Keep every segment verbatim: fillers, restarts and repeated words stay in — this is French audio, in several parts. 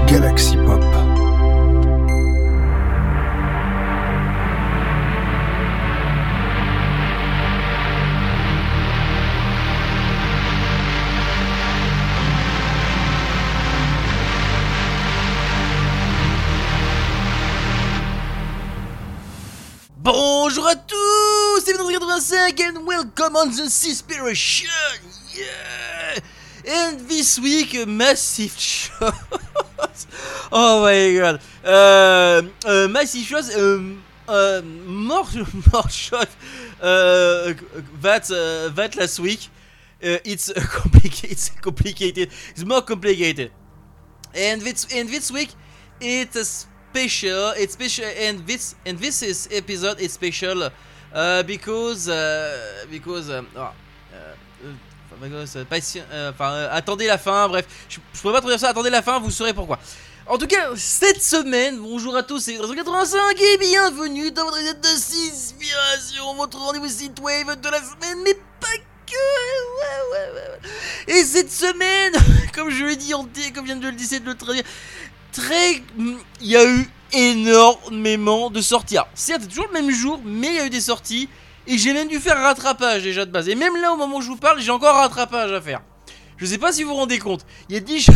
Galaxy Pop. Bonjour à tous, c'est mille neuf cent quatre-vingt-cinq and welcome on the Seaspiration, yeah! And this week, a massive show. Oh my god. Uh, uh, massive shows, um, uh, more, more shows uh, that, uh, that last week. Uh, it's, uh, complicated, it's complicated, it's more complicated. And this, and this week, it's a special, it's special, and this, and this is episode is special uh, because, uh, because, um, oh, uh, uh, patient, uh, enfin, euh, attendez la fin, bref, je, je pourrais pas trop dire ça, attendez la fin, vous saurez pourquoi. En tout cas, cette semaine, bonjour à tous, c'est mille neuf cent quatre-vingt-cinq et bienvenue dans votre épisode de Seaspiration, votre rendez-vous synthwave de la semaine, mais pas que, ouais, ouais, ouais, ouais. Et cette semaine, comme je l'ai dit, en t- comme je viens de le dire, de le traduire, très, il y a eu énormément de sorties. Alors, certes, c'est toujours le même jour, mais il y a eu des sorties. Et j'ai même dû faire un rattrapage déjà de base. Et même là, au moment où je vous parle, j'ai encore un rattrapage à faire. Je sais pas si vous vous rendez compte. Il y a dix jours.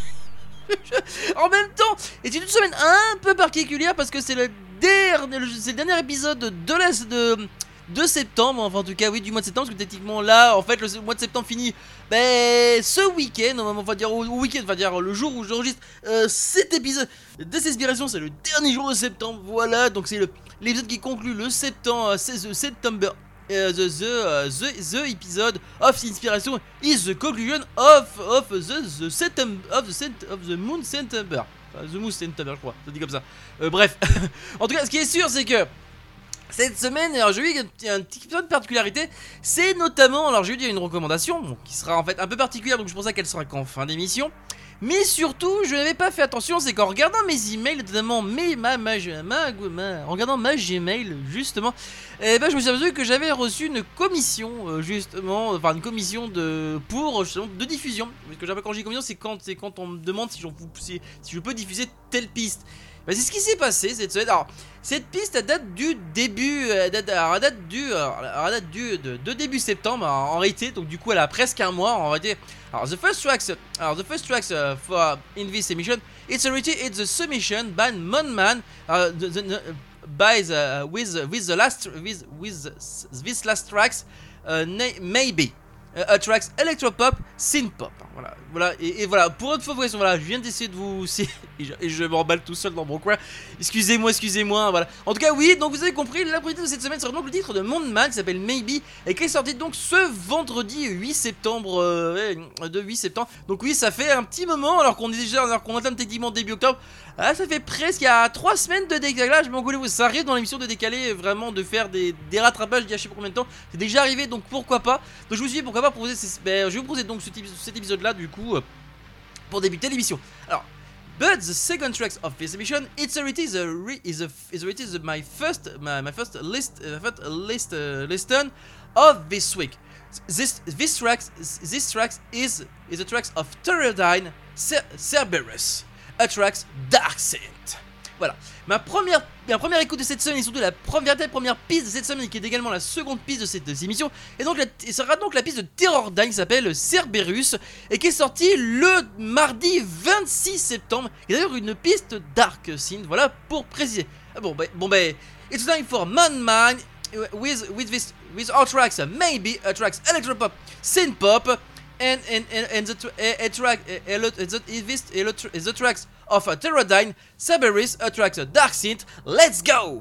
En même temps, et c'est une semaine un peu particulière parce que c'est le dernier, c'est le dernier épisode de la de, de septembre. Enfin, en tout cas, oui, du mois de septembre. Parce que techniquement, là, en fait, le mois de septembre finit ben, ce week-end. On va dire au week-end, on va dire le jour où j'enregistre euh, cet épisode de Seaspiration. C'est le dernier jour de septembre. Voilà, donc c'est le. L'épisode qui conclut le septembre, c'est the September, uh, the, the, uh, the, the episode of Inspiration is the conclusion of, of the, the September, of the, cent, of the Moon September. Enfin, the Moon September, je crois, ça dit comme ça. Euh, bref, en tout cas, ce qui est sûr, c'est que cette semaine, alors j'ai eu un, un petit peu de particularité, c'est notamment, alors j'ai eu une recommandation, bon, qui sera en fait un peu particulière, donc je pense qu'elle sera qu'en fin d'émission. Mais surtout, je n'avais pas fait attention, c'est qu'en regardant mes emails, notamment mes, ma, ma, ma, ma, en regardant ma Gmail, justement, eh ben, je me suis aperçu que j'avais reçu une commission, justement, enfin une commission de, pour, justement, de diffusion. Ce que j'appelle quand j'ai commission, c'est quand, c'est quand on me demande si, si, si je peux diffuser telle piste. Ben, c'est ce qui s'est passé cette semaine. Alors, cette piste, elle date du début, elle date, elle date du, elle date du de, de début septembre en, en réalité. Donc du coup, elle a presque un mois, on va dire. Alors, the first tracks, alors, the first tracks uh, for in this emission, it's already it's the submission by Monman, uh, the, the, the, by the uh, with with the last with with this last tracks, uh, na- maybe. Uh, tracks electropop, synthpop. Voilà, voilà, et, et voilà, pour votre favorition, voilà, je viens d'essayer de vous. et je, et je m'emballe tout seul dans mon coin. Excusez-moi, excusez-moi, voilà. En tout cas, oui, donc vous avez compris, la priorité de cette semaine sera donc le titre de Mondman qui s'appelle Maybe et qui est sorti donc ce vendredi huit septembre. Euh, de huit septembre. Donc, oui, ça fait un petit moment, alors qu'on est déjà, alors qu'on entame techniquement début octobre. Ah, ça fait presque, il y a trois semaines de décalage, mais voulez-vous, ça arrive dans l'émission de décaler, vraiment de faire des, des rattrapages d'il y a je sais pas combien de temps. C'est déjà arrivé, donc pourquoi pas. Donc je me suis dit pourquoi pas proposer, ces, ben, je vais vous proposer donc cet, cet épisode là du coup, euh, pour débuter l'émission. Alors, but the second tracks of this emission, it's already the re, is a, is already the, my first, my, my first list, uh, first list, uh, listen of this week. This, this tracks, this tracks is, is the tracks of Teradyne, Cer- Cerberus. A Tracks Dark Synth. Voilà, ma première, ma première écoute de cette semaine et surtout la première, la première piste de cette semaine qui est également la seconde piste de cette, de cette émission et donc la, et sera donc la piste de Teradyne qui s'appelle Cerberus et qui est sortie le mardi vingt-six septembre. Et d'ailleurs une piste Dark Synth, voilà pour préciser. Ah bon, bah, bon bah, it's time for Man Man with with this with our tracks maybe a tracks electropop, synthpop. And and and, and the tra- a, a track a, a lot the this a lot the tracks of a Teradyne, Cerberus, a tracks a Dark Synth. Let's go.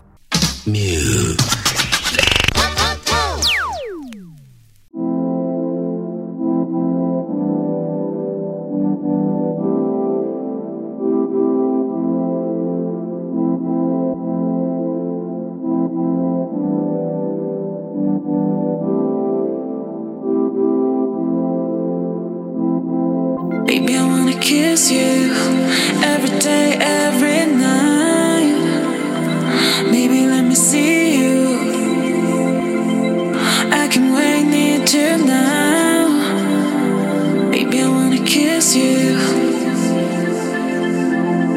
Mute. Baby, I wanna kiss you every day, every night. Maybe let me see you. I can wait near to now. Baby, I wanna kiss you.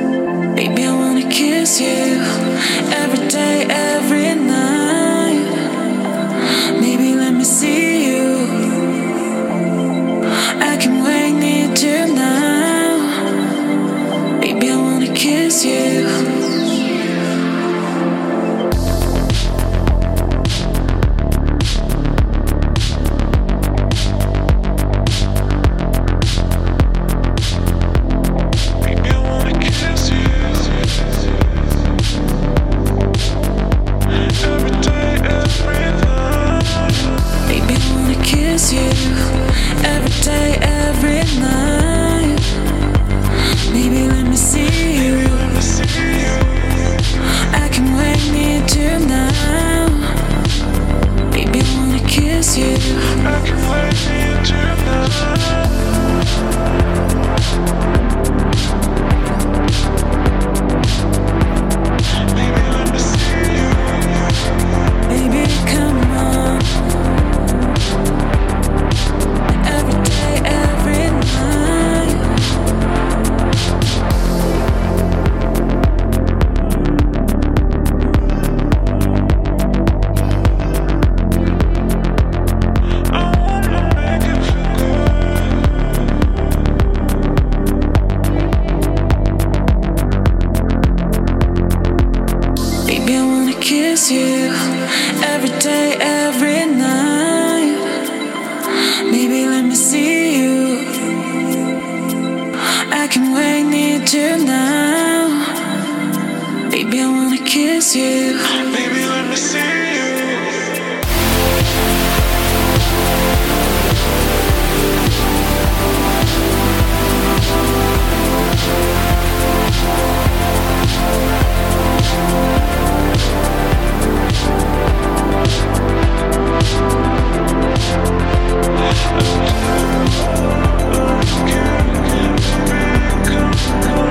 I can wait, need you now. Baby, I wanna kiss you. Baby, let me see you.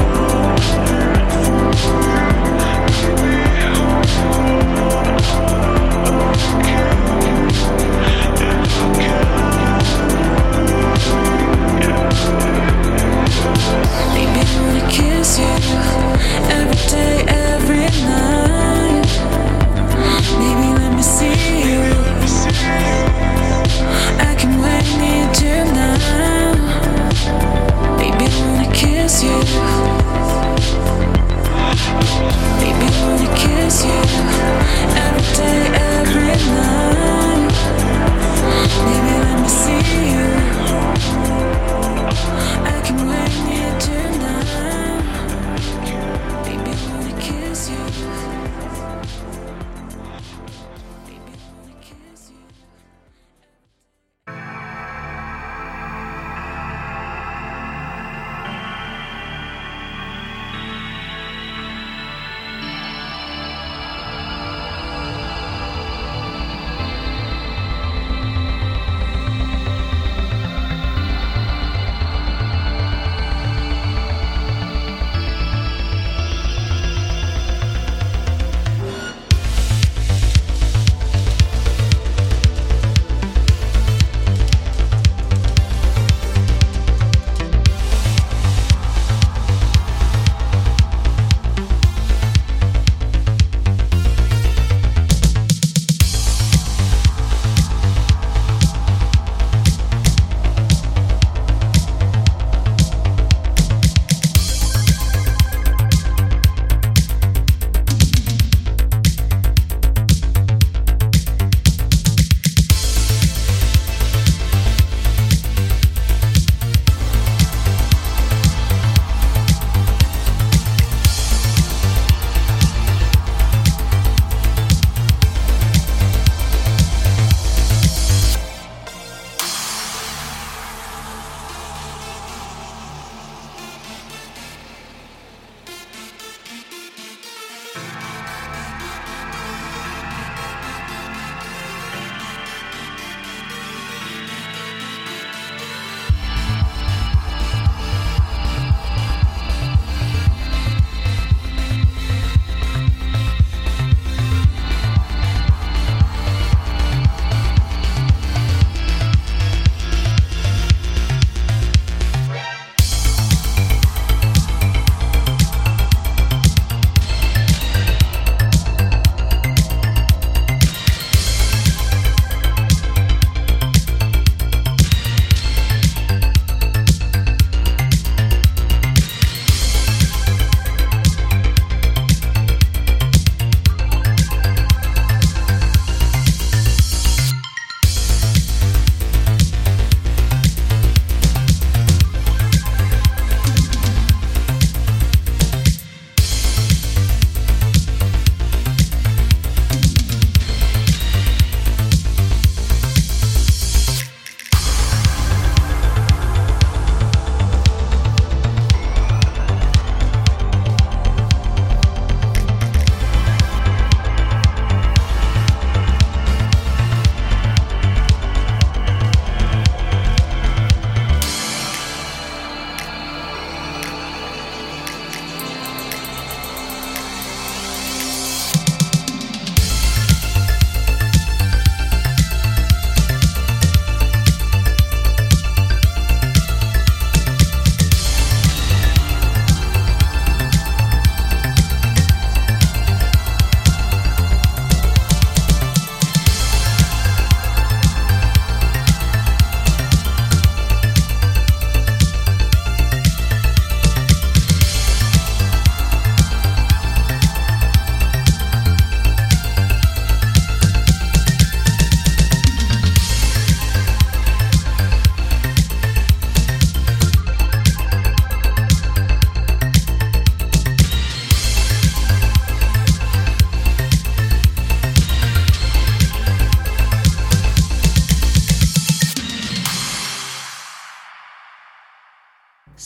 Come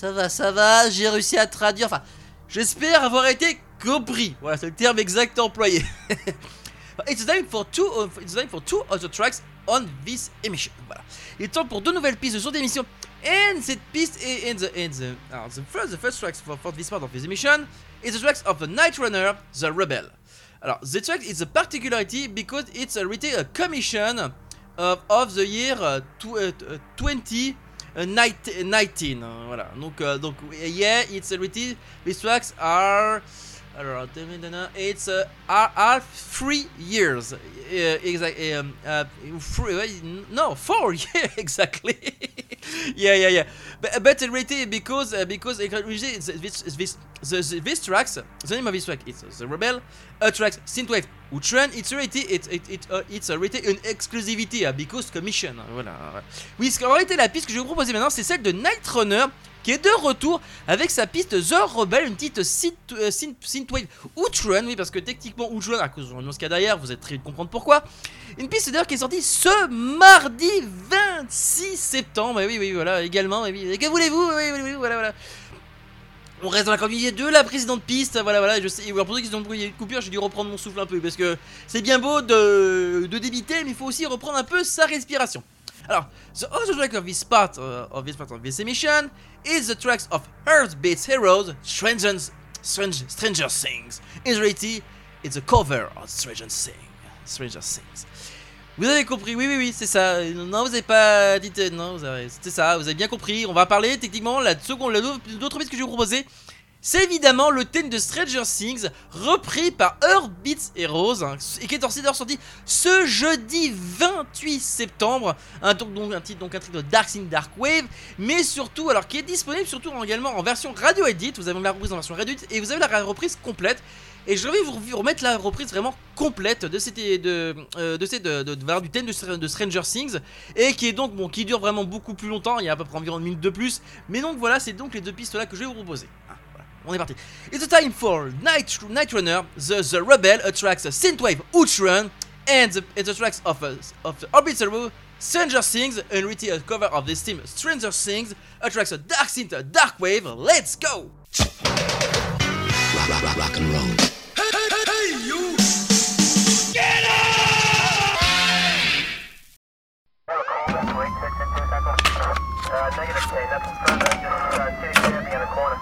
ça va, ça va, j'ai réussi à traduire, enfin, j'espère avoir été compris. Voilà, c'est le terme exact employé. It's time for two, of, it's time for two other tracks on this emission. Voilà. Il est temps pour deux nouvelles pistes sur d'émission. And cette piste est in the, in the, alors, the first, the first tracks for, for this part of this emission is the tracks of the Night Runner, The Rebel. Alors, the track is a particularity because it's a written a commission of, of the year uh, tw, uh, twenty nineteen. Uh, voilà. Donc, uh, donc, yeah, it's a written. These tracks are. Alors, it's uh, are, are three years. Uh, exactly. Um, uh, three, no, four years exactly. yeah, yeah, yeah. But, but really, because uh, because this this this the, this tracks, the name of this track is The Rebel, a track Synthwave Outrun. It's really it it it uh, it's really an exclusivity uh, because commission. Voilà. Oui, ce qu'aurait été la piste que je vais vous proposer maintenant, c'est celle de Night Runner, qui est de retour avec sa piste The Rebel, une petite synth, euh, synth, Synthwave Outrun, oui, parce que techniquement Outrun, à cause de l'ambiance qu'il y a derrière, vous êtes très de comprendre pourquoi. Une piste d'ailleurs qui est sortie ce mardi vingt-six septembre, et oui, oui, voilà, également, et oui, que voulez-vous, oui, oui, oui, voilà, voilà. On reste dans la cordillère de la précédente piste, voilà, voilà, je sais, pour ceux qui ont une coupure, j'ai dû reprendre mon souffle un peu, parce que c'est bien beau de, de débiter, mais il faut aussi reprendre un peu sa respiration. Alors, the other track of this part uh, of this part of this emission is the tracks of Earthbeats Heroes, Stranger, Strange, Stranger Things. In reality, it's a cover of Stranger Things. Stranger Things. Vous avez compris, oui, oui, oui, c'est ça. Non, vous avez pas dit, non, c'était ça. Vous avez bien compris. On va parler techniquement la seconde, l'autre piste que je vais vous proposer. C'est évidemment le thème de Stranger Things, repris par Earthbeats Heroes, hein, et qui est aussi sorti ce jeudi vingt-huit septembre. Un, donc, un titre donc un titre de Dark Synth Dark Wave, mais surtout, alors qui est disponible surtout également en version radio edit. Vous avez la reprise en version radio edit et vous avez la reprise complète. Et je vais vous remettre la reprise vraiment complète de cette de euh, de cette de, de, de, de, du thème de, de Stranger Things, et qui est donc bon, qui dure vraiment beaucoup plus longtemps. Il y a à peu près environ une minute de plus. Mais donc voilà, c'est donc les deux pistes là que je vais vous proposer. Ah. On est parti. It's the time for Night, Night Runner, the, the Rebel, a tracks Synthwave Outrun, and the, and the tracks of, uh, of the Orbital, Stranger Things, and really a cover of this team, Stranger Things, a tracks Dark Synth, Dark Wave. Let's go! Rock, rock, rock, rock and roll. Hey, hey, hey, hey, you! Get up! Uh, negative K, nothing further, just uh, T K in the corner.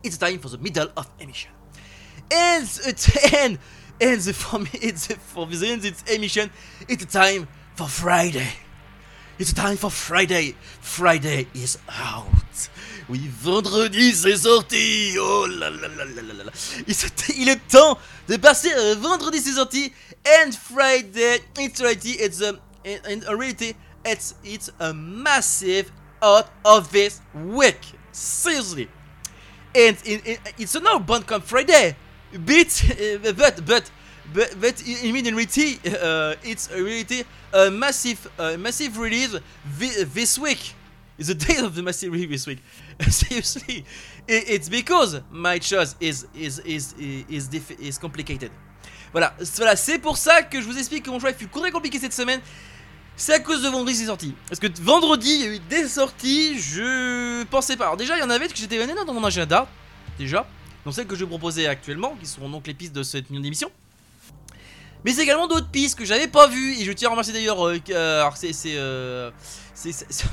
it's time for the middle of emission. And and and the, for me, it's for the end, it's emission. It's time for Friday. It's time for Friday. Friday is out. Oui, vendredi c'est sorti. Oh là là là là là là. Il est temps de passer euh, vendredi c'est sorti. And Friday, it's reality, it's a, in, in reality, it's it's a massive out of this week. Seriously. And in, in, it's a no Bandcamp Friday. But uh, but but but but in reality, uh, it's a reality a massive uh, massive release vi- this week. It's the day of the massive release this week. Seriously, it, it's because my choice is is is is is, diff- is complicated. Voilà, voilà, c'est pour ça que je vous explique que mon choix fut très compliqué cette semaine. C'est à cause de vendredi c'est sorti. Parce que vendredi il y a eu des sorties, je pensais pas. Alors déjà il y en avait que j'étais donné dans mon agenda déjà. Donc celles que je vais proposer actuellement, qui seront donc les pistes de cette émission. Mais c'est également d'autres pistes que j'avais pas vues. Et je tiens à remercier d'ailleurs. Euh, euh, alors c'est. C'est. Euh, c'est, c'est, c'est...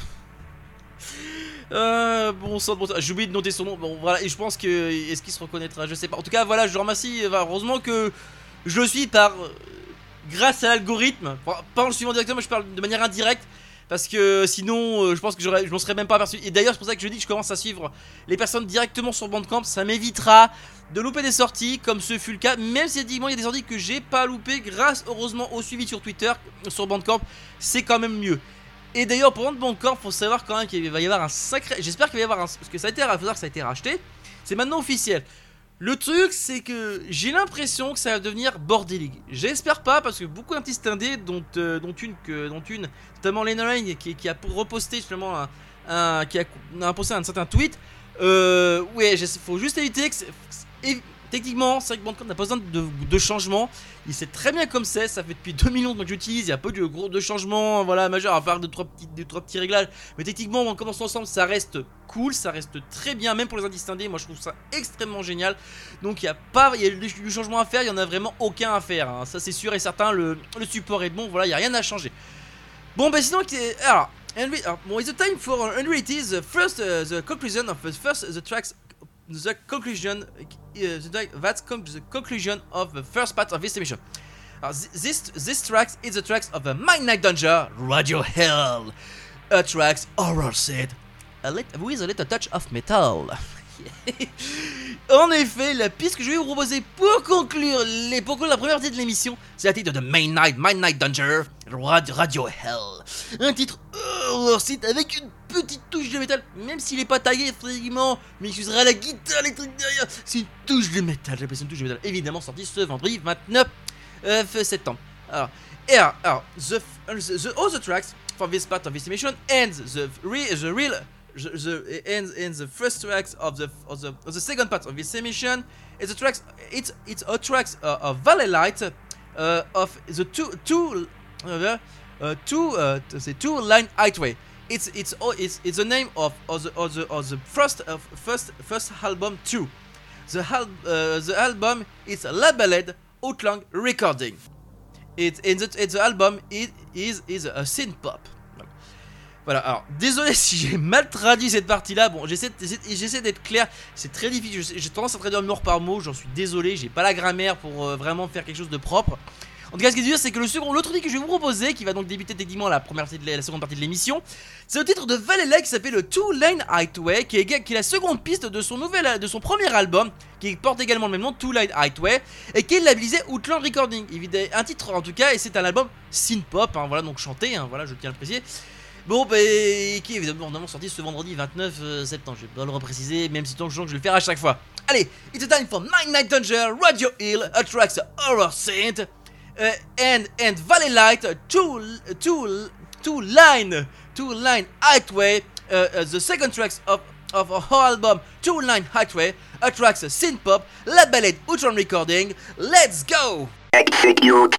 Euh, bon sang de bon, j'ai oublié de noter son nom. Bon voilà, et je pense que. Est-ce qu'il se reconnaîtra? Je sais pas. En tout cas, voilà, je remercie. Enfin, heureusement que je le suis par. Euh, grâce à l'algorithme. Enfin, pas en le suivant directement, mais je parle de manière indirecte. Parce que sinon, euh, je pense que j'aurais, je m'en serais même pas aperçu. Et d'ailleurs, c'est pour ça que je dis que je commence à suivre les personnes directement sur Bandcamp. Ça m'évitera de louper des sorties, comme ce fut le cas. Même si effectivement, il y a des sorties que j'ai pas loupées, grâce heureusement au suivi sur Twitter, sur Bandcamp, c'est quand même mieux. Et d'ailleurs, pour Bandcamp, faut savoir quand même qu'il va y avoir un sacré. J'espère qu'il va y avoir un. Parce que ça a été, faut savoir que ça a été racheté. C'est maintenant officiel. Le truc, c'est que j'ai l'impression que ça va devenir bordélique. J'espère pas, parce que beaucoup d'artistes indés, dont, euh, dont une, que, dont une, notamment Lena Rain, qui, qui a reposté justement un, un, qui a, a posté un certain tweet. Euh, ouais, il faut juste éviter que, et, techniquement, c'est vrai que Bandcamp n'a pas besoin de, de changement. Il sait très bien comme c'est, ça fait depuis deux millions que j'utilise, il y a peu de gros de changements, voilà, majeurs, à part deux trois petits, deux, trois petits réglages. Mais techniquement, on commence ensemble, ça reste cool, ça reste très bien, même pour les artistes indés, moi je trouve ça extrêmement génial. Donc il y a pas, il y a du changement à faire, il y en a vraiment aucun à faire, hein. Ça c'est sûr et certain, le, le support est bon, voilà, il y a rien à changer. Bon bah sinon, alors, alors bon, it's the time for Unreality, the first, uh, the conclusion of the first, the tracks. The conclusion, uh, the, that's com- the conclusion of the first part of this emission. Uh, this this tracks is the tracks of the Midnight Danger, Radio Hell, a tracks horror set, a lit- with a little touch of metal. En effet, la piste que je vais vous proposer pour conclure, les, pour conclure la première partie de l'émission, c'est la titre de Midnight, Midnight Danger, Radio Hell. Un titre horror set avec une petite touche de métal, même s'il est pas taillé effectivement, mais il usera la guitare électrique derrière. C'est une touche de métal, j'appelle ça une touche de métal. Évidemment sorti ce vendredi vingt-neuf septembre. Alors, et alors, alors the, the, the other tracks for this part of this emission and the real, the real, the, the and, and the first tracks of the of the of the second part of this emission is the tracks. It's it's a tracks uh, of Valley Light uh, of the two two uh, uh, two uh, the two line highway. It's it's oh, it's it's the name of of the of the, of the first uh, first first album two. The al- uh, the album is labeled Outlang Recording. It in the, it's the album it is is a synth pop. Voilà. Alors désolé si j'ai mal traduit cette partie-là. Bon, j'essaie j'essaie d'être clair. C'est très difficile. J'ai tendance à traduire mot par mot. J'en suis désolé. J'ai pas la grammaire pour euh, vraiment faire quelque chose de propre. En tout cas, ce qui est dur, c'est que le second, l'autre titre que je vais vous proposer, qui va donc débuter techniquement la première partie de la, la seconde partie de l'émission, c'est le titre de Valley Light qui s'appelle le Two Line Highway, qui est, qui est la seconde piste de son nouvel, de son premier album, qui porte également le même nom, Two Line Highway, et qui est labellisé Outland Recording. Un titre en tout cas, et c'est un album synth pop, hein, voilà, donc chanté, hein, voilà, je tiens à le préciser. Bon, bah, qui est évidemment sorti ce vendredi vingt-neuf septembre, je vais pas le repréciser, même si tant que je vais le faire à chaque fois. Allez, it's time for Midnight Danger, Radio Hill, a tracks horror synth. Uh, and and Valley Light, uh, two two two line two line highway. Uh, uh, the second tracks of of our album, Two Line Highway, a tracks uh, synth pop, labeled Outland Recording. Let's go. Execute.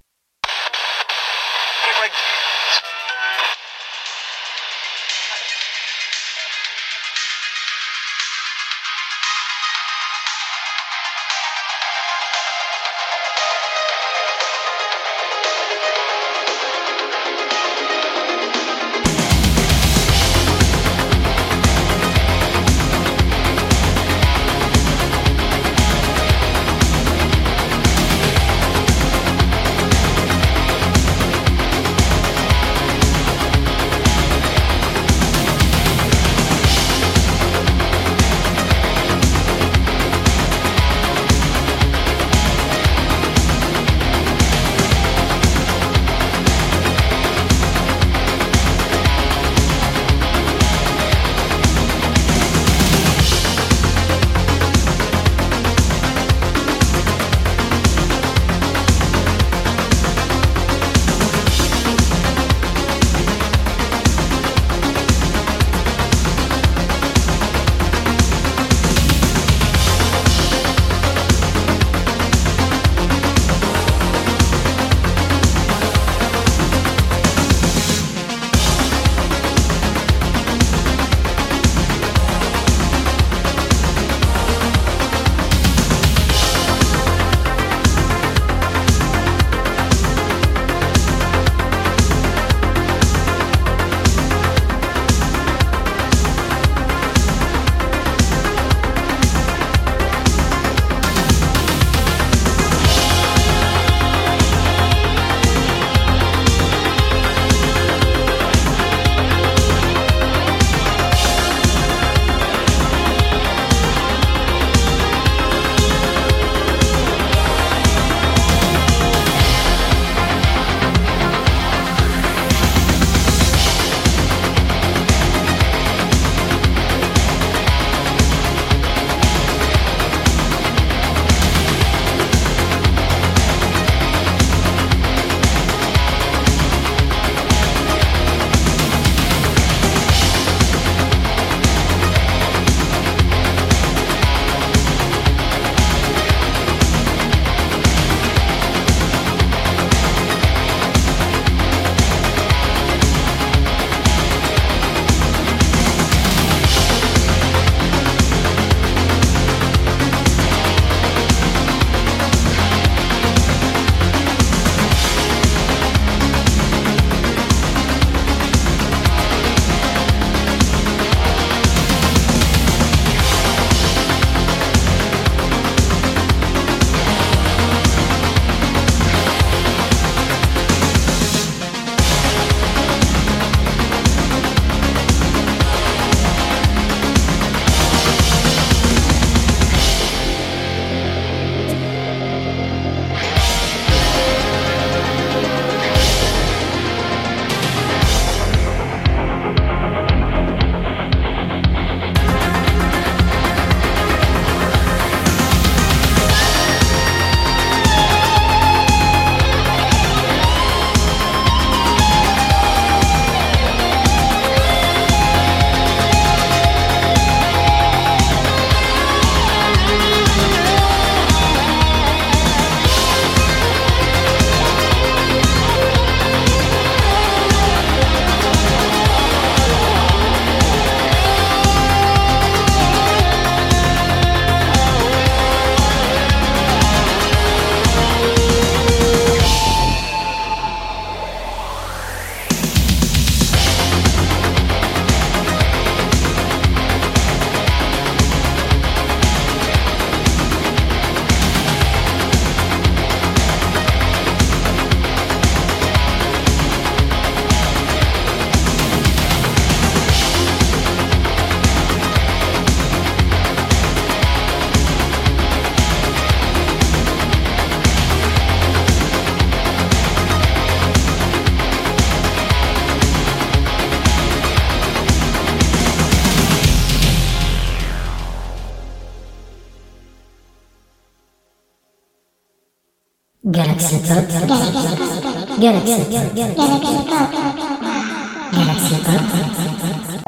Galaxy Pop. Galaxy Pop. Galaxy Pop. Galaxy Pop.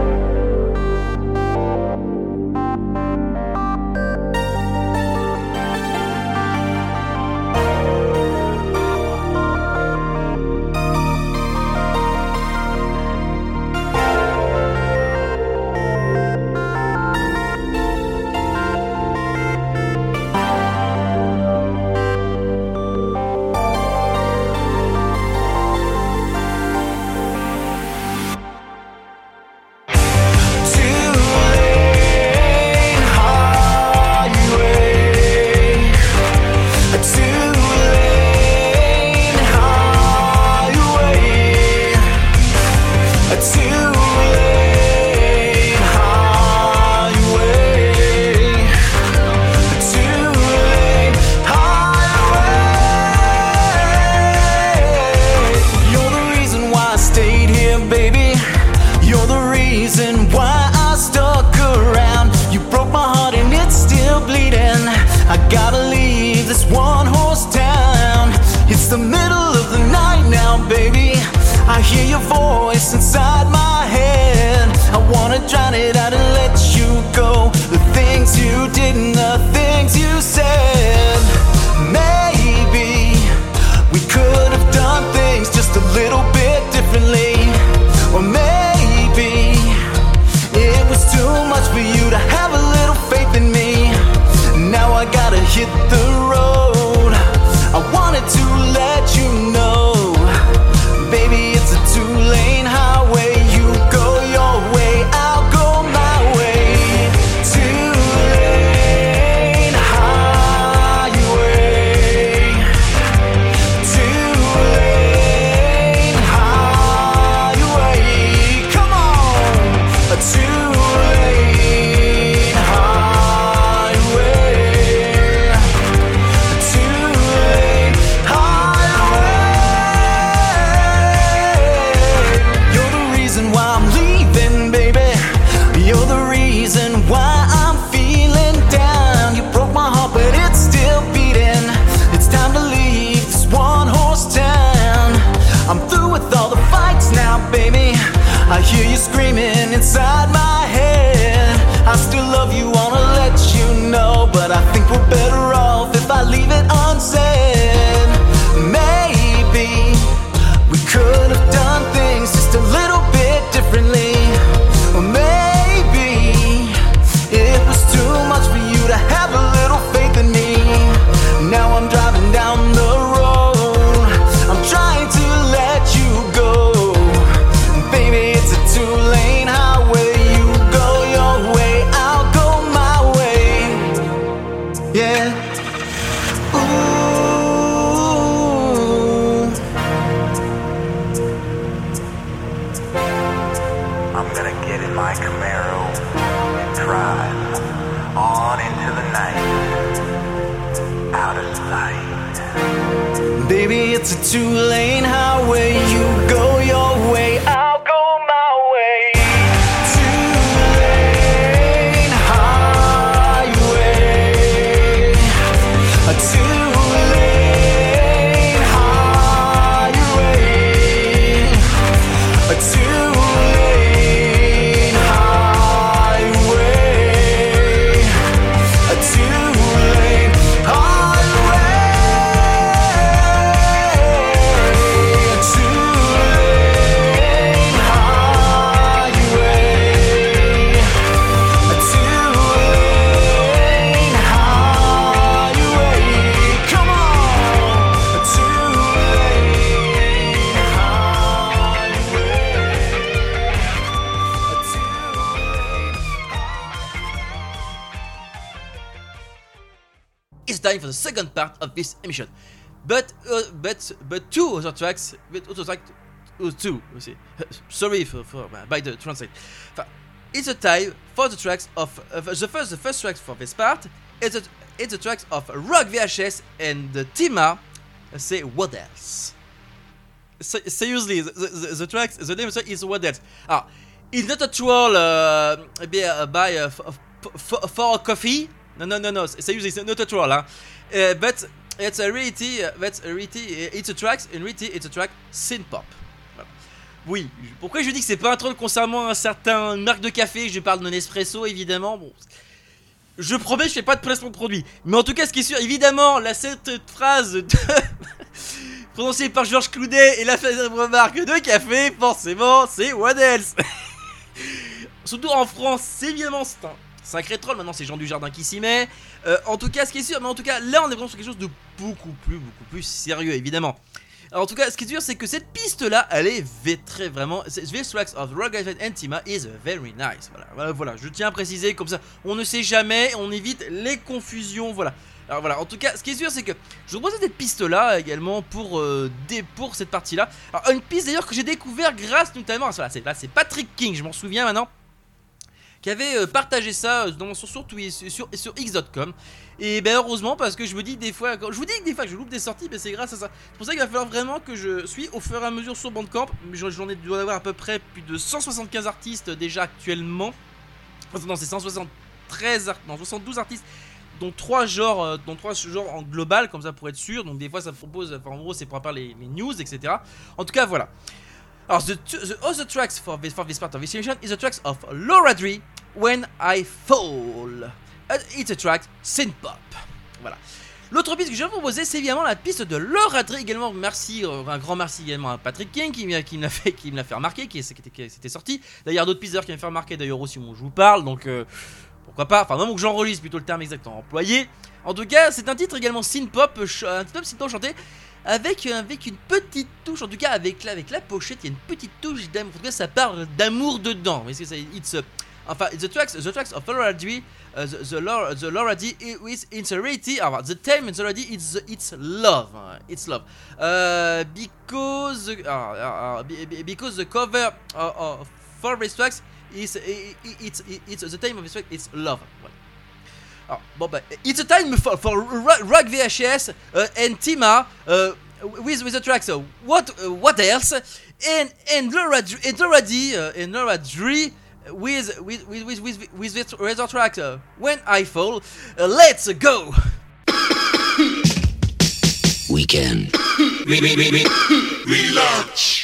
Inside my head, I wanna drown it out and let you go. The things you did and the things you said. Maybe we could have done things just a little bit differently. Or maybe it was too much for you to have a little faith in me. Now I gotta hit the road. I wanted to let you know, baby, it's a two-lane highway. You go your way, I'll go my way. Two-lane highway. Two-lane highway. Come on, a two-lane highway. A two-lane I'm through with all the fights now, baby. I hear you screaming inside my head. I still love you, wanna let you know, but I think we're better off if I leave it unsaid. Maybe we could have done things just a little bit differently. Or maybe it was too much for you to have a little faith in me. Now I'm driving down the road, I'm trying to let you go. Baby, it's a two-lane highway. You go your way, I'll go my way. Yeah. Ooh. I'm gonna get in my Camaro and drive on into the night, out of sight. Baby, it's a two-lane highway. You go your way, I'll go my way. Two-lane highway. A two-lane highway. A two-lane highway. A two-lane highway. It's time for the second part of this emission. But uh, but but two other tracks, but other track, uh, two. Let's see. Sorry for for uh, by the translate. It's a time for the tracks of uh, the first the first tracks for this part. It's a, it's the tracks of Rock V H S and the Tima. Uh, say what else? So, seriously, the, the, the tracks, the name of the track is what else? Ah, it's not a troll uh, uh, by uh, f- f- f- for coffee. No, no, no, no. Seriously, it's not a troll, huh? Uh, but it's a reality, that's a reality, it's a track, in reality, it's a track synth-pop. Voilà. Oui, pourquoi je dis que c'est pas un troll concernant un certain marque de café, je parle de Nespresso évidemment, bon... Je promets, je fais pas de placement de produit. Mais en tout cas, ce qui est sûr, évidemment, la cette phrase de... prononcée par Georges Clooney et la remarque de café, forcément, c'est What Else. Surtout en France, c'est évidemment c'est un sacré troll. Maintenant, c'est Jean Dujardin qui s'y met. Euh, en tout cas, ce qui est sûr, mais en tout cas, là, on est vraiment sur quelque chose de beaucoup plus, beaucoup plus sérieux, évidemment. Alors, en tout cas, ce qui est sûr, c'est que cette piste-là, elle est très vraiment. This tracks of Rugged Antima is very nice. Voilà, voilà, voilà, je tiens à préciser, comme ça, on ne sait jamais, on évite les confusions. Voilà. Alors voilà, en tout cas, ce qui est sûr, c'est que je vous propose cette piste-là également pour, euh, des, pour cette partie-là. Alors, une piste d'ailleurs que j'ai découvert grâce notamment à ça. C'est, là, c'est Patrick King, je m'en souviens maintenant, qui avait euh, partagé ça dans, sur, sur, sur, sur, sur X point com. Et ben heureusement, parce que je me dis que des fois, quand, je vous dis que des fois que je loupe des sorties, ben c'est grâce à ça. C'est pour ça qu'il va falloir vraiment que je suis au fur et à mesure sur Bandcamp. J'en ai dû avoir à peu près plus de cent soixante-quinze artistes déjà actuellement. Enfin, non, c'est cent soixante-treize, non, soixante-douze artistes, dont trois genres, euh, dont trois genres en global, comme ça pour être sûr. Donc des fois ça propose, enfin en gros c'est pour avoir les, les news, et cetera. En tout cas voilà. Alors the, the other tracks for this, for this part of this session is the tracks of Laura Dre, When I Fall. Uh, it's a track synth-pop. Voilà. L'autre piste que je vais vous proposer, c'est évidemment la piste de Laura Dre. Également, merci, euh, un grand merci également à Patrick King qui, qui me l'a fait, qui me l'a fait remarquer, qui, qui, qui était sorti. D'ailleurs, d'autres pistes d'ailleurs qui m'ont fait remarquer d'ailleurs aussi où je vous parle, donc euh, pourquoi pas. Enfin, même que j'enregistre plutôt le terme exactement employé. En tout cas, c'est un titre également synth-pop, un titre synth-pop chanté avec, avec une petite touche, en tout cas avec la, avec la pochette, il y a une petite touche d'amour. En tout cas, ça parle d'amour dedans. Parce que ça, it's a, enfin, the tracks, the tracks of Laura Dre, uh, the, the, Laura, the Laura Dre with insincerity. Alors, the theme in Laura Dre, it's it's love, it's love. Uh, because, uh, uh, uh, because the cover uh, uh, for these tracks is it, it, it's it's the theme of this track, it's love. Voilà. Alors, bon bah, it's a time for, for Rock V H S uh, and Tima uh, with with the tracks. Uh, what uh, what else? And and Laura and Laura Dre uh, and Laura Dre with with with with with, with this other track. Uh, When I Fall. Uh, let's go. Weekend. Relaunch.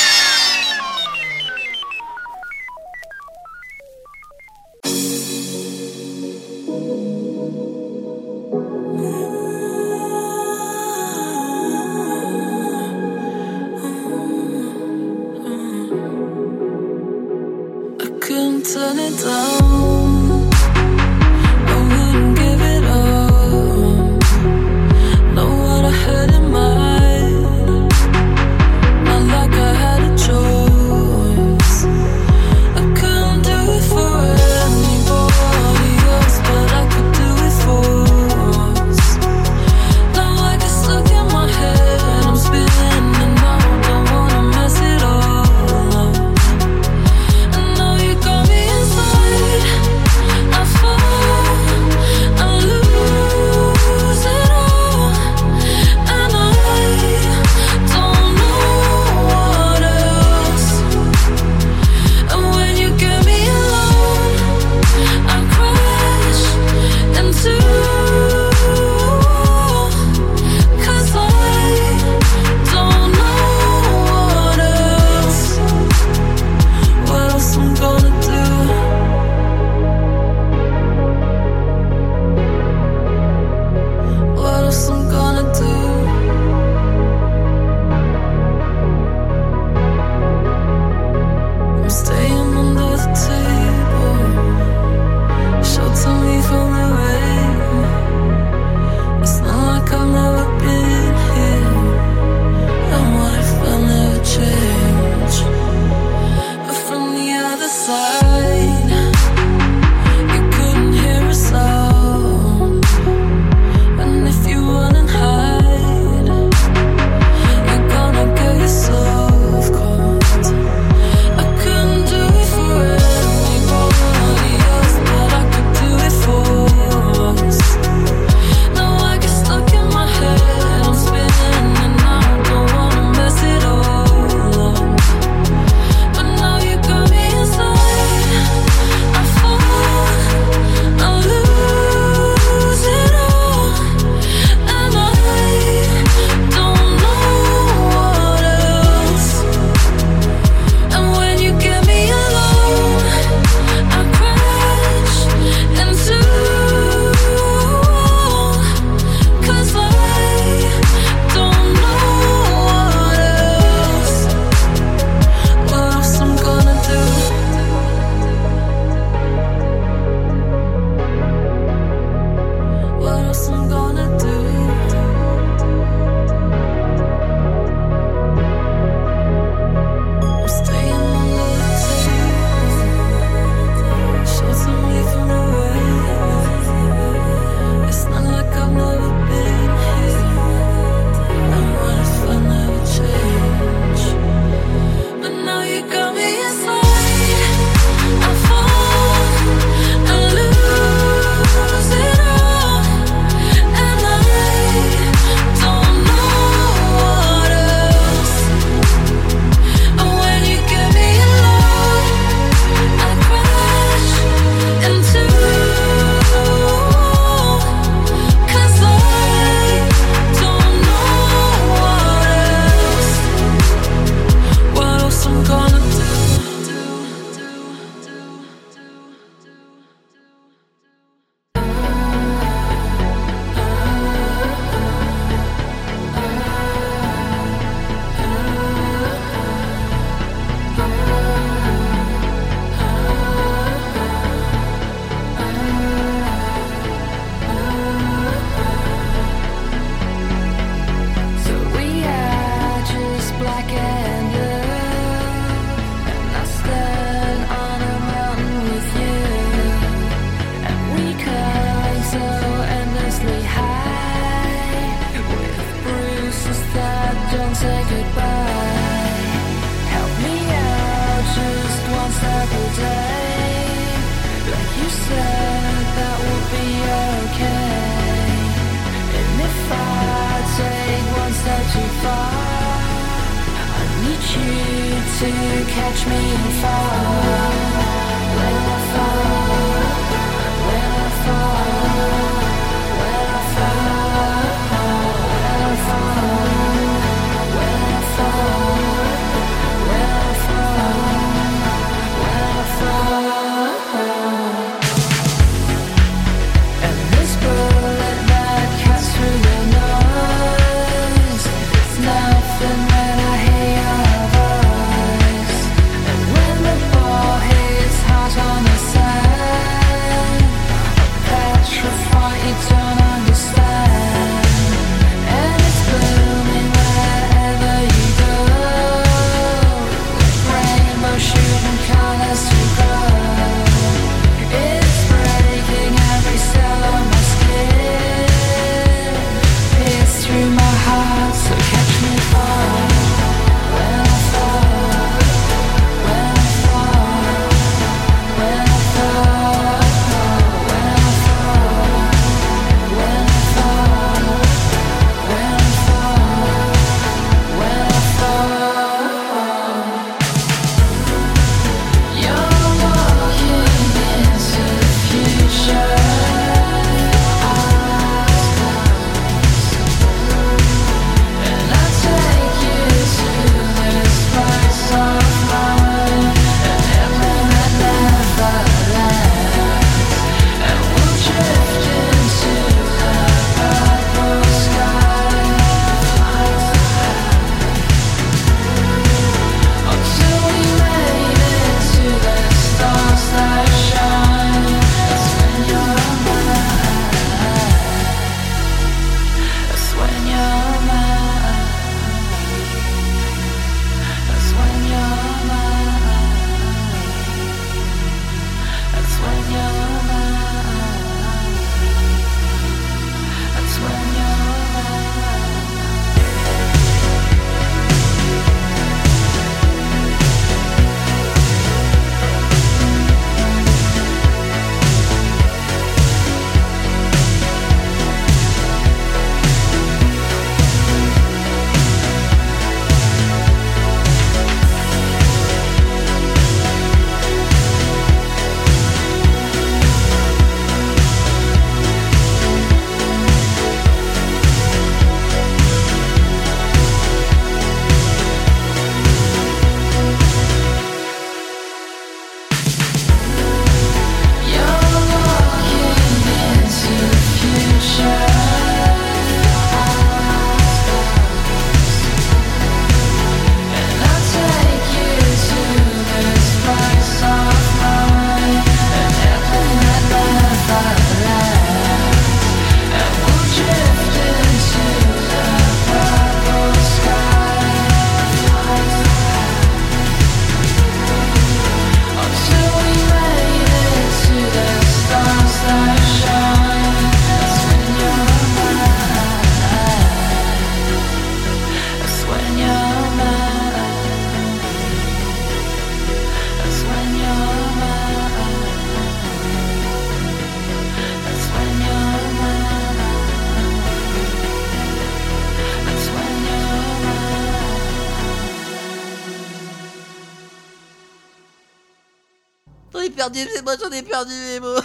Turn it down. I wouldn't give it up. Know what I had in mind. Not like I had a choice. I couldn't do it for anybody else, but I could do it for us. Now I get stuck in my head and I'm spinning and I don't wanna mess it up. And now you got me inside. J'en ai perdu mes mots, j'en ai perdu mes mots.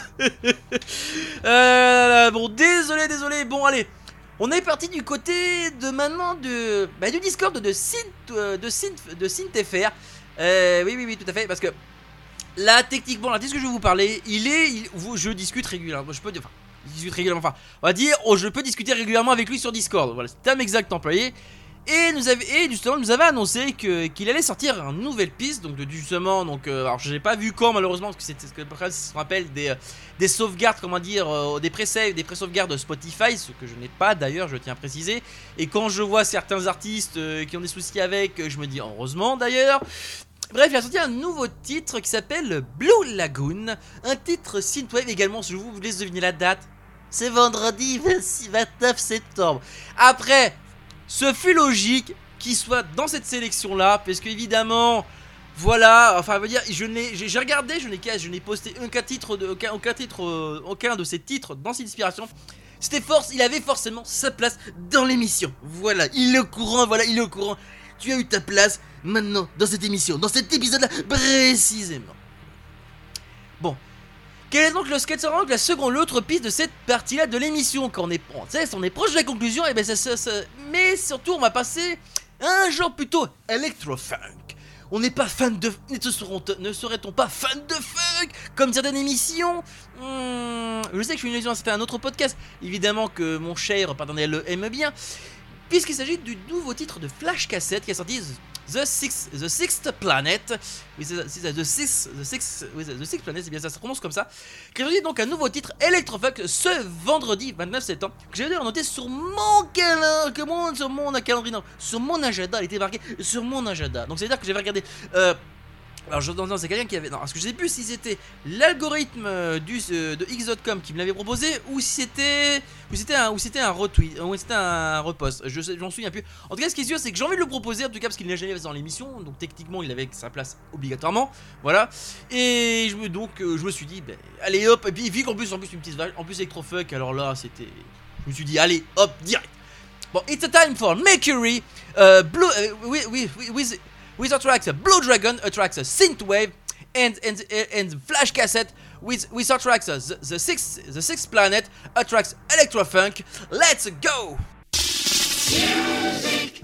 euh, bon, désolé, désolé. Bon, allez. On est parti du côté de maintenant de, bah, du Discord de Synth, euh, de Synth, de SynthFR. Euh, oui, oui, oui, tout à fait. Parce que là, techniquement, l'artiste que je vais vous parler, il est. Il, je discute régulièrement. Je peux dire. Enfin, je discute régulièrement. Enfin, on va dire, oh, je peux discuter régulièrement avec lui sur Discord. Voilà, c'est le terme exact employé. Et nous avait, et justement, nous avait annoncé que qu'il allait sortir une nouvelle piste, donc de justement, donc euh, alors je n'ai pas vu quand malheureusement parce que c'était ce qu'on appelle des euh, des sauvegardes, comment dire, euh, des pré-saves, des pré-sauvegardes Spotify, ce que je n'ai pas d'ailleurs, je tiens à préciser. Et quand je vois certains artistes euh, qui ont des soucis avec, euh, je me dis heureusement d'ailleurs. Bref, il a sorti un nouveau titre qui s'appelle Blue Lagoon, un titre synthwave également. Si je vous laisse deviner la date, c'est vendredi vingt-six, vingt-neuf septembre. Après. Ce fut logique qu'il soit dans cette sélection là, parce qu'évidemment, voilà, enfin, veut dire, je n'ai, j'ai regardé, je n'ai, je n'ai posté aucun titre, de, aucun, aucun titre, euh, aucun de ces titres dans cette inspiration. C'était force, il avait forcément sa place dans l'émission. Voilà, il est au courant, voilà, il est au courant. tu as eu ta place maintenant dans cette émission, dans cet épisode-là précisément. Bon. Quel est donc le sketch donc la seconde, l'autre piste de cette partie-là de l'émission? Quand on est, on, on est proche de la conclusion, et ben ça, ça, ça, mais surtout on va passer un genre plutôt électro-funk. On n'est pas fan de, ne, seront, ne serait-on pas fan de funk comme certaines émissions? hmm, Je sais que je suis une émission, c'était un autre podcast, évidemment que mon cher partenaire le aime bien, puisqu'il s'agit du nouveau titre de Flash Cassette qui est sorti. The Sixth, The Sixth Planet, oui c'est ça, The Sixth, The Sixth, oui, The Sixth Planet, c'est bien ça, ça se prononce comme ça. Qui est donc un nouveau titre électrofunk ce vendredi vingt-neuf septembre, que j'ai d'ailleurs noté sur mon calendrier, sur mon calendrier, non, sur mon agenda, il était marqué sur mon agenda. Donc c'est à dire que j'avais regardé. Euh, Alors je non, non c'est quelqu'un qui avait non parce que je sais plus si c'était l'algorithme du euh, de X point com qui me l'avait proposé ou si c'était ou c'était un ou c'était un retweet ou c'était un repost. Je sais, j'en souviens plus. En tout cas ce qui est sûr c'est que j'ai envie de le proposer en tout cas parce qu'il n'a jamais fait dans l'émission donc techniquement il avait sa place obligatoirement. Voilà. Et je me donc euh, je me suis dit ben allez hop et puis vu qu'en plus en plus une petite vache en plus électrofuck alors là c'était je me suis dit allez hop direct. Bon it's a time for Mercury uh, Blue uh, oui oui oui with with our tracks Blue Dragon, a tracks Synthwave, and and and Flash Cassette with with our tracks the, the sixth the sixth Planet, a tracks Electrofunk. Let's go. Music.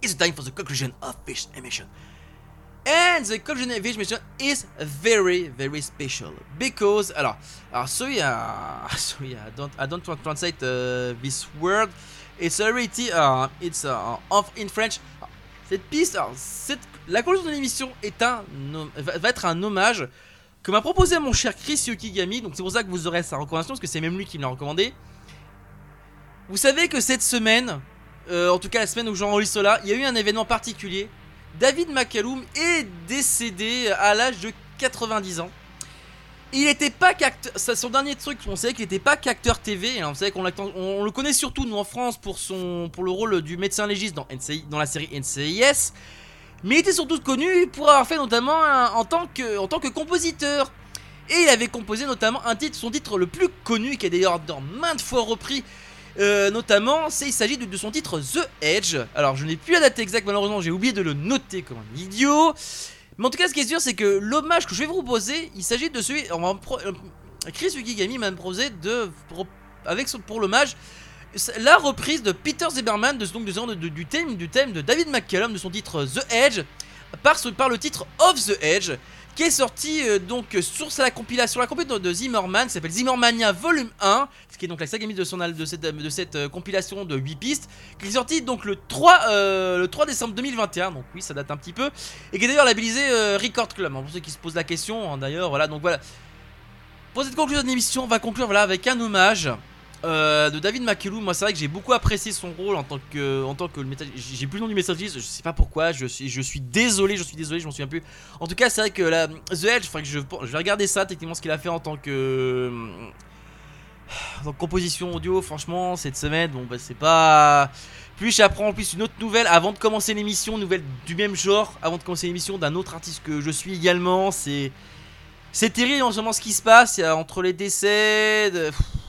it's time for the conclusion of this emission. And the conclusion of this emission is very, very special because, alors, alors sorry, uh, sorry, I don't, I don't want to translate uh, this word. It's already, uh, it's uh, off in French. Cette piste, alors, cette, la conclusion de l'émission est un, va, va être un hommage que m'a proposé mon cher Chris Yukigami. Donc c'est pour ça que vous aurez sa recommandation parce que c'est même lui qui me l'a recommandé. Vous savez que cette semaine, euh, en tout cas la semaine où j'enregistre là, il y a eu un événement particulier. David McCallum est décédé à l'âge de quatre-vingt-dix ans. Il n'était pas qu'acteur, son dernier truc, on savait qu'il n'était pas qu'acteur T V. Hein, on savait qu'on on le connaît surtout nous en France pour son, pour le rôle du médecin légiste dans, N C I, dans la série N C I S. Mais il était surtout connu pour avoir fait notamment un, en, tant que, en tant que compositeur. Et il avait composé notamment un titre, son titre le plus connu, qui est d'ailleurs dans maintes fois repris. Euh, notamment, c'est, il s'agit de, de son titre The Edge. Alors, je n'ai plus la date exacte, malheureusement, j'ai oublié de le noter comme un idiot. Mais en tout cas, ce qui est sûr, c'est que l'hommage que je vais vous proposer, il s'agit de celui. On va pro, euh, Chris Yukigami m'a proposé de, pour, avec son, pour l'hommage, la reprise de Peter Zimmerman, de, donc de, de, du, thème, du thème de David McCallum, de son titre The Edge, par, ce, par le titre Of the Edge, qui est sorti euh, donc sur la compilation, la compilation de Zimmerman, qui s'appelle Zimmermania Volume un, ce qui est donc la saga de, son, de cette, de cette euh, compilation de huit pistes, qui est sorti donc le trois, euh, le trois décembre deux mille vingt et un, donc oui ça date un petit peu, et qui est d'ailleurs labellisé euh, Record Club, hein, pour ceux qui se posent la question, hein, d'ailleurs, voilà, donc voilà. Pour cette conclusion de l'émission, on va conclure voilà, avec un hommage Euh, de David McCallum. Moi c'est vrai que j'ai beaucoup apprécié son rôle en tant que, en tant que le métal... J'ai plus le nom du messageriste, je sais pas pourquoi, je suis, je suis désolé, je suis désolé, je m'en souviens plus. En tout cas c'est vrai que la, The Edge, que je, je vais regarder ça, techniquement ce qu'il a fait en tant que... En tant que composition audio, franchement cette semaine, bon bah c'est pas... Plus j'apprends en plus une autre nouvelle avant de commencer l'émission, nouvelle du même genre, avant de commencer l'émission d'un autre artiste que je suis également, c'est... C'est terrible en ce moment ce qui se passe, il y a entre les décès... De...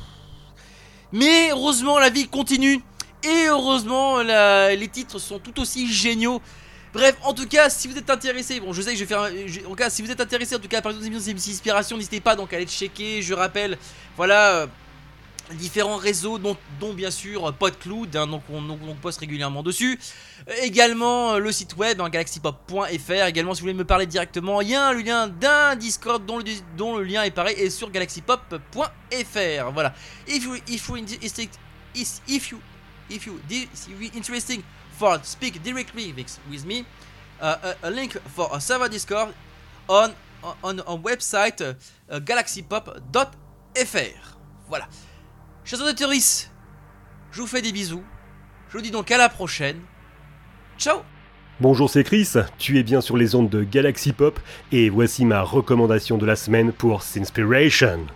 Mais heureusement la vie continue. Et heureusement la, les titres sont tout aussi géniaux. Bref, en tout cas si vous êtes intéressé, bon je sais que je vais faire je, En tout cas si vous êtes intéressé en tout cas par exemple des émissions d'inspiration, n'hésitez pas donc à aller checker. Je rappelle, voilà euh, différents réseaux dont, dont bien sûr PodCloud, hein, donc on, on, on poste régulièrement dessus. euh, Également euh, le site web hein, galaxy pop point f r. Également si vous voulez me parler directement, il y a le lien d'un Discord dont le, dont le lien est pareil est sur galaxy pop point f r. Voilà. If you if you if you if you if you interesting for speak directly with, with me, uh, a, a link for a server Discord on on on website uh, galaxy pop dot f r. Voilà. Chers auditeurs, je vous fais des bisous. Je vous dis donc à la prochaine. Ciao. Bonjour, c'est Chris, tu es bien sur les ondes de Galaxy Pop et voici ma recommandation de la semaine pour Sinspiration.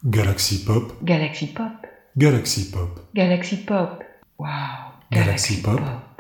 Galaxy Pop. Galaxy Pop. Galaxy Pop. Galaxy Pop. Wow. Galaxy Pop.